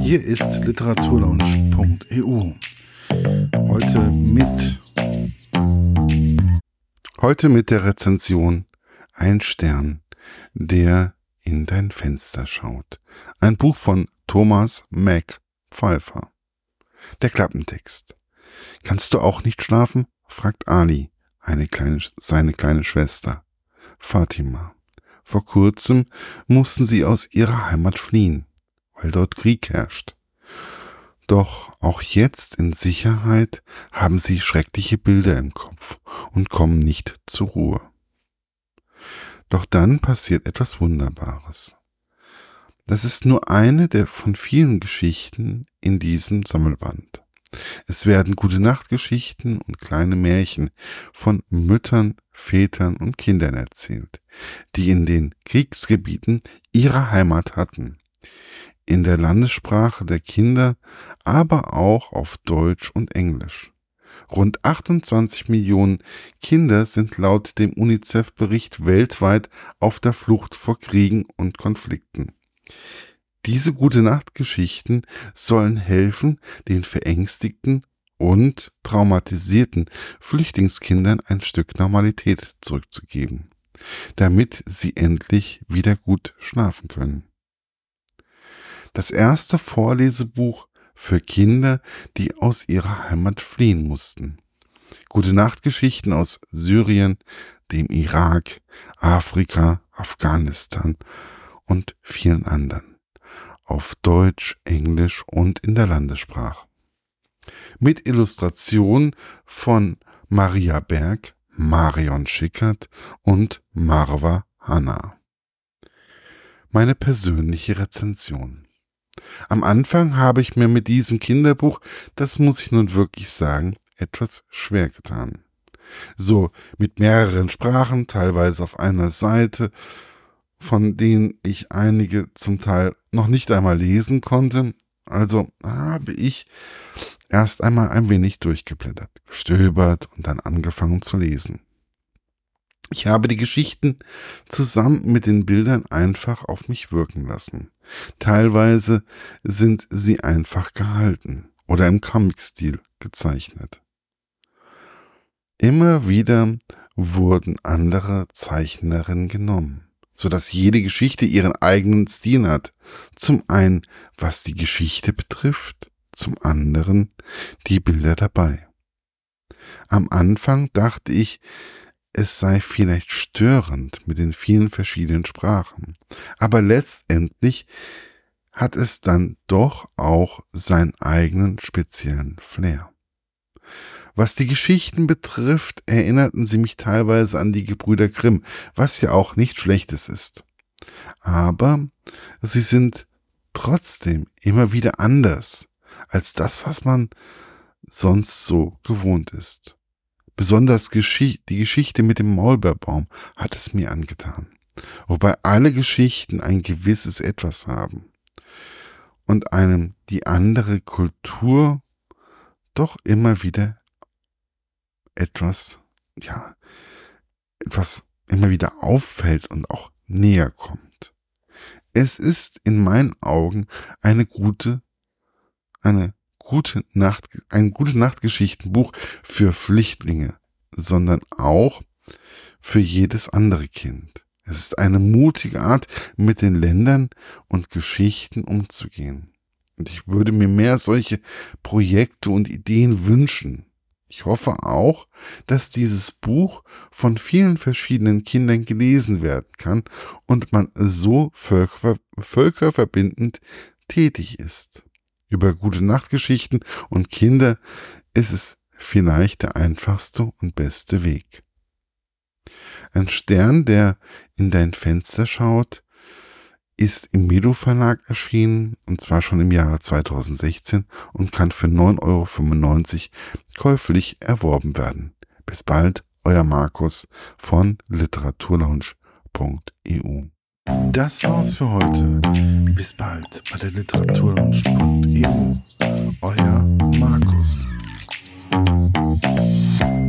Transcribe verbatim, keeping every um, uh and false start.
Hier ist literaturlaunch punkt e u. Heute mit heute mit der Rezension Ein Stern, der in dein Fenster schaut. Ein Buch von Thomas Mac Pfeiffer. Der Klappentext. Kannst du auch nicht schlafen? Fragt Ali, eine kleine, seine kleine Schwester, Fatima. Vor kurzem mussten sie aus ihrer Heimat fliehen, weil dort Krieg herrscht. Doch auch jetzt in Sicherheit haben sie schreckliche Bilder im Kopf und kommen nicht zur Ruhe. Doch dann passiert etwas Wunderbares. Das ist nur eine der von vielen Geschichten in diesem Sammelband. Es werden Gute-Nacht-Geschichten und kleine Märchen von Müttern, Vätern und Kindern erzählt, die in den Kriegsgebieten ihre Heimat hatten. In der Landessprache der Kinder, aber auch auf Deutsch und Englisch. Rund achtundzwanzig Millionen Kinder sind laut dem UNICEF-Bericht weltweit auf der Flucht vor Kriegen und Konflikten. Diese Gute-Nacht-Geschichten sollen helfen, den verängstigten und traumatisierten Flüchtlingskindern ein Stück Normalität zurückzugeben, damit sie endlich wieder gut schlafen können. Das erste Vorlesebuch für Kinder, die aus ihrer Heimat fliehen mussten. Gute-Nacht-Geschichten aus Syrien, dem Irak, Afrika, Afghanistan und vielen anderen. Auf Deutsch, Englisch und in der Landessprache. Mit Illustration von Maria Berg, Marion Schickert und Marwa Hanna. Meine persönliche Rezension. Am Anfang habe ich mir mit diesem Kinderbuch, das muss ich nun wirklich sagen, etwas schwer getan. So mit mehreren Sprachen, teilweise auf einer Seite, von denen ich einige zum Teil noch nicht einmal lesen konnte. Also habe ich erst einmal ein wenig durchgeblättert, gestöbert und dann angefangen zu lesen. Ich habe die Geschichten zusammen mit den Bildern einfach auf mich wirken lassen. Teilweise sind sie einfach gehalten oder im Comic-Stil gezeichnet. Immer wieder wurden andere Zeichnerinnen genommen, sodass jede Geschichte ihren eigenen Stil hat. Zum einen, was die Geschichte betrifft, zum anderen die Bilder dabei. Am Anfang dachte ich, es sei vielleicht störend mit den vielen verschiedenen Sprachen, aber letztendlich hat es dann doch auch seinen eigenen speziellen Flair. Was die Geschichten betrifft, erinnerten sie mich teilweise an die Gebrüder Grimm, was ja auch nichts Schlechtes ist. Aber sie sind trotzdem immer wieder anders als das, was man sonst so gewohnt ist. Besonders Gesch- die Geschichte mit dem Maulbeerbaum hat es mir angetan, wobei alle Geschichten ein gewisses Etwas haben und einem die andere Kultur doch immer wieder etwas, ja, etwas immer wieder auffällt und auch näher kommt. Es ist in meinen Augen eine gute, eine gute Nacht, ein gute Nachtgeschichtenbuch für Flüchtlinge, sondern auch für jedes andere Kind. Es ist eine mutige Art, mit den Ländern und Geschichten umzugehen. Und ich würde mir mehr solche Projekte und Ideen wünschen. Ich hoffe auch, dass dieses Buch von vielen verschiedenen Kindern gelesen werden kann und man so völker, völkerverbindend tätig ist. Über Gute-Nacht-Geschichten und Kinder ist es vielleicht der einfachste und beste Weg. Ein Stern, der in dein Fenster schaut, ist im Medo Verlag erschienen, und zwar schon im Jahre zweitausendsechzehn und kann für neun Euro fünfundneunzig käuflich erworben werden. Bis bald, euer Markus von literaturlaunch punkt e u. Das war's für heute. Bis bald bei der literaturlaunch punkt e u. Euer Markus.